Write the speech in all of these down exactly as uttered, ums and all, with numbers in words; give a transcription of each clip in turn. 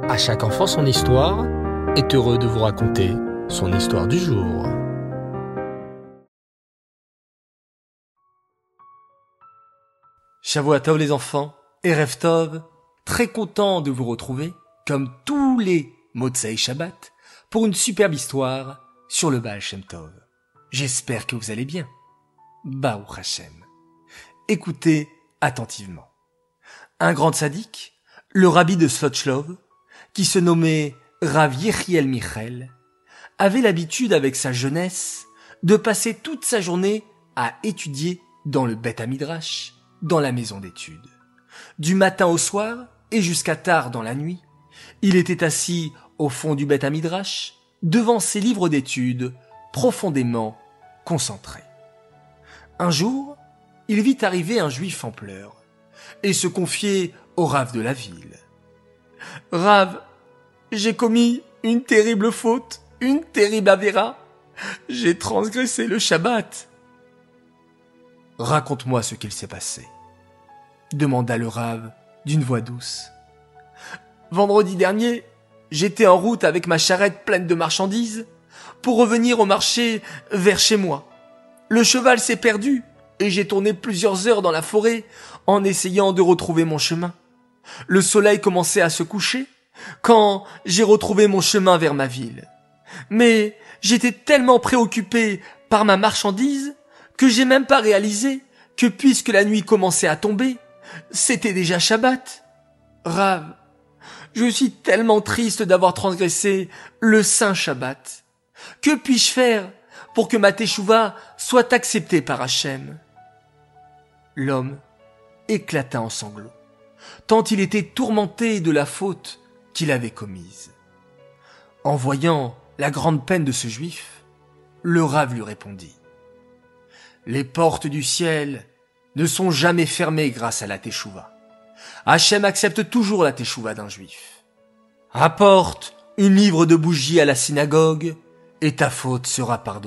À chaque enfant son histoire est heureux de vous raconter son histoire du jour. Shavua Tov les enfants, Erev Tov, très content de vous retrouver, comme tous les Motsei Shabbat, pour une superbe histoire sur le Baal Shem Tov. J'espère que vous allez bien. Baruch Hashem. Écoutez attentivement. Un grand tzaddik, le rabbi de Svotchlov, qui se nommait Rav Yechiel Michel, avait l'habitude avec sa jeunesse de passer toute sa journée à étudier dans le Beth Hamidrash, dans la maison d'études. Du matin au soir et jusqu'à tard dans la nuit, il était assis au fond du Beth Hamidrash, devant ses livres d'études, profondément concentré. Un jour, il vit arriver un juif en pleurs et se confier au Rav de la ville. « Rav, j'ai commis une terrible faute, une terrible avéra. J'ai transgressé le Shabbat. » « Raconte-moi ce qu'il s'est passé, » demanda le Rav d'une voix douce. « Vendredi dernier, j'étais en route avec ma charrette pleine de marchandises pour revenir au marché vers chez moi. Le cheval s'est perdu et j'ai tourné plusieurs heures dans la forêt en essayant de retrouver mon chemin. Le soleil commençait à se coucher quand j'ai retrouvé mon chemin vers ma ville. Mais j'étais tellement préoccupé par ma marchandise que j'ai même pas réalisé que puisque la nuit commençait à tomber, c'était déjà Shabbat. Rav, je suis tellement triste d'avoir transgressé le saint Shabbat. Que puis-je faire pour que ma teshuva soit acceptée par Hachem ?» L'homme éclata en sanglots, tant il était tourmenté de la faute qu'il avait commise. En voyant la grande peine de ce juif, le Rav lui répondit: « Les portes du ciel ne sont jamais fermées grâce à la teshuva. Hachem accepte toujours la teshuva d'un juif. Apporte une livre de bougies à la synagogue et ta faute sera pardonnée. »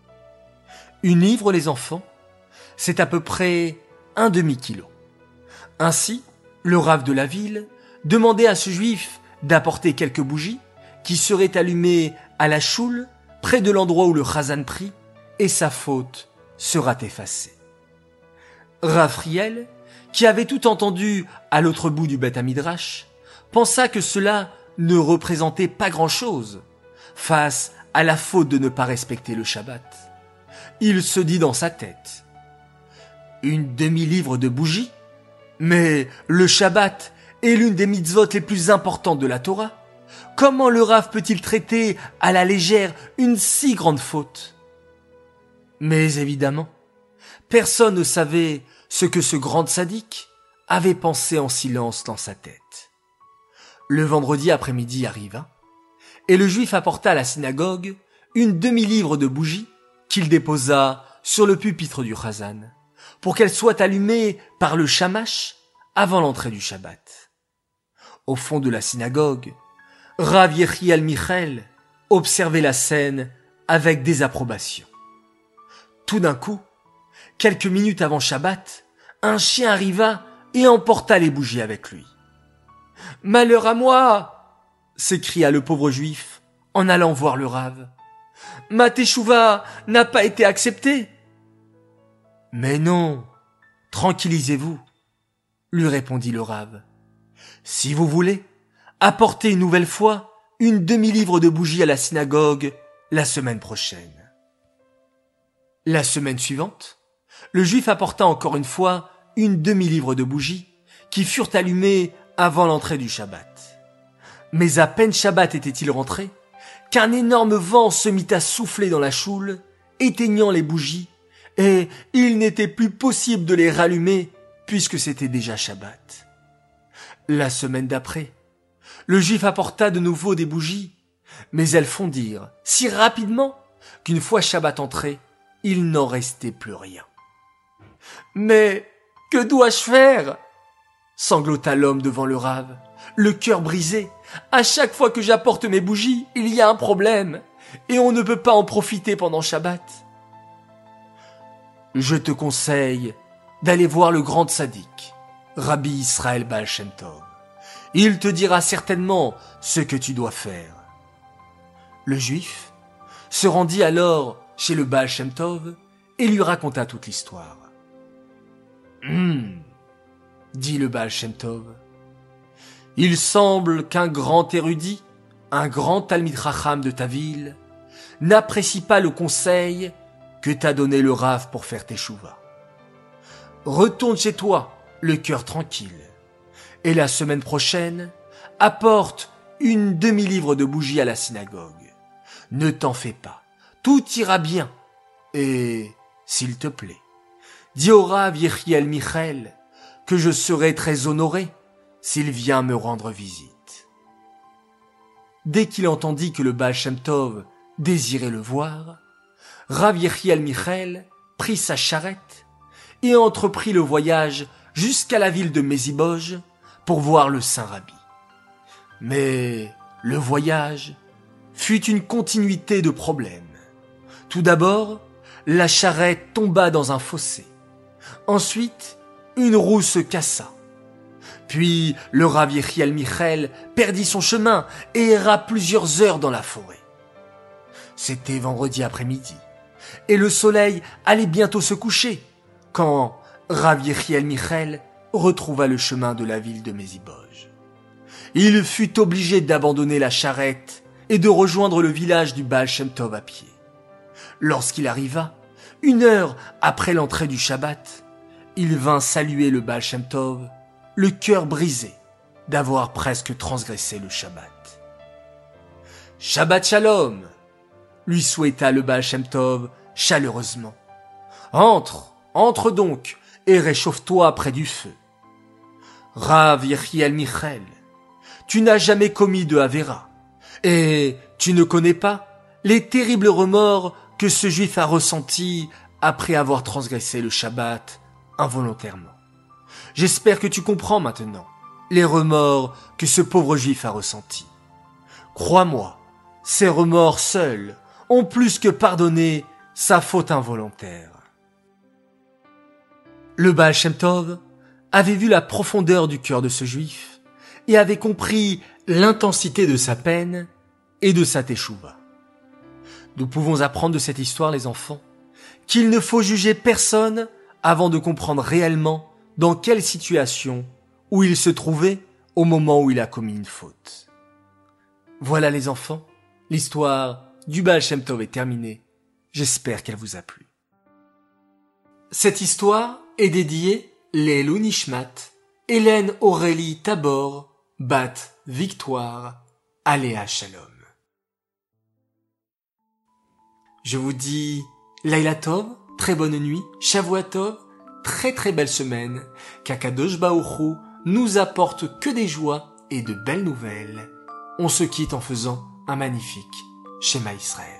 Une livre, les enfants, c'est à peu près un demi-kilo. Ainsi, le Rav de la ville demandait à ce juif d'apporter quelques bougies qui seraient allumées à la choule près de l'endroit où le chazan prie et sa faute sera effacée. Rav Friel, qui avait tout entendu à l'autre bout du Beth Hamidrash, pensa que cela ne représentait pas grand-chose face à la faute de ne pas respecter le Shabbat. Il se dit dans sa tête: « Une demi-livre de bougies ? Mais le Shabbat est l'une des mitzvot les plus importantes de la Torah. Comment le Rav peut-il traiter à la légère une si grande faute ?» Mais évidemment, personne ne savait ce que ce grand tzaddik avait pensé en silence dans sa tête. Le vendredi après-midi arriva, et le juif apporta à la synagogue une demi-livre de bougies qu'il déposa sur le pupitre du chazan, pour qu'elle soit allumée par le shamash avant l'entrée du Shabbat. Au fond de la synagogue, Rav Yechiel Michel observait la scène avec désapprobation. Tout d'un coup, quelques minutes avant Shabbat, un chien arriva et emporta les bougies avec lui. « Malheur à moi !» s'écria le pauvre juif en allant voir le Rav. « Ma teshuva n'a pas été acceptée. »« Mais non, tranquillisez-vous, » lui répondit le Rav. « Si vous voulez, apportez une nouvelle fois une demi-livre de bougies à la synagogue la semaine prochaine. » La semaine suivante, le juif apporta encore une fois une demi-livre de bougies qui furent allumées avant l'entrée du Shabbat. Mais à peine Shabbat était-il rentré qu'un énorme vent se mit à souffler dans la choule, éteignant les bougies, et il n'était plus possible de les rallumer puisque c'était déjà Shabbat. La semaine d'après, le juif apporta de nouveau des bougies, mais elles fondirent si rapidement qu'une fois Shabbat entré, il n'en restait plus rien. « Mais que dois-je faire ?» sanglota l'homme devant le Rav, le cœur brisé. « À chaque fois que j'apporte mes bougies, il y a un problème, et on ne peut pas en profiter pendant Shabbat. »« Je te conseille d'aller voir le grand tzaddik, Rabbi Israël Baal Shem Tov, Il te dira certainement ce que tu dois faire. Le juif se rendit alors chez le Baal Shem Tov et lui raconta toute l'histoire. Hum, dit le Baal Shem Tov. Il semble qu'un grand érudit, un grand Talmid Chacham de ta ville, n'apprécie pas le conseil que t'a donné le Rav pour faire tes chouvas. Retourne chez toi, le cœur tranquille, et la semaine prochaine, apporte une demi-livre de bougies à la synagogue. Ne t'en fais pas, tout ira bien, et, s'il te plaît, dis au Rav Yechiel Michel que je serai très honoré s'il vient me rendre visite. Dès qu'il entendit que le Baal Shem Tov désirait le voir, Rav Yechiel Michel prit sa charrette et entreprit le voyage jusqu'à la ville de Meziboj pour voir le saint Rabbi. Mais le voyage fut une continuité de problèmes. Tout d'abord, la charrette tomba dans un fossé. Ensuite, une roue se cassa. Puis, le Rav Yechiel Michel perdit son chemin et erra plusieurs heures dans la forêt. C'était vendredi après-midi, et le soleil allait bientôt se coucher, quand Rav Yechiel Michel retrouva le chemin de la ville de Meziboj. Il fut obligé d'abandonner la charrette et de rejoindre le village du Baal Shem Tov à pied. Lorsqu'il arriva, une heure après l'entrée du Shabbat, il vint saluer le Baal Shem Tov, le cœur brisé d'avoir presque transgressé le Shabbat. « Shabbat Shalom !» lui souhaita le Baal Shem Tov chaleureusement. « Entre, entre donc, et réchauffe-toi près du feu. Rav Yechiel Michel, tu n'as jamais commis de Avera, et tu ne connais pas les terribles remords que ce juif a ressentis après avoir transgressé le Shabbat involontairement. J'espère que tu comprends maintenant les remords que ce pauvre juif a ressentis. Crois-moi, ces remords seuls ont plus que pardonné sa faute involontaire. » Le Baal Shem Tov avait vu la profondeur du cœur de ce juif et avait compris l'intensité de sa peine et de sa teshuva. Nous pouvons apprendre de cette histoire, les enfants, qu'il ne faut juger personne avant de comprendre réellement dans quelle situation où il se trouvait au moment où il a commis une faute. Voilà les enfants, l'histoire du Baal Shem Tov est terminée. J'espère qu'elle vous a plu. Cette histoire est dédiée Leilou Nishmat, Hélène Aurélie Tabor, Bat Victoire, Aléa Shalom. Je vous dis Laila Tov, très bonne nuit, Shavua Tov, très très belle semaine, qu'Akadosh Baruch Hu nous apporte que des joies et de belles nouvelles. On se quitte en faisant un magnifique Shema Israël.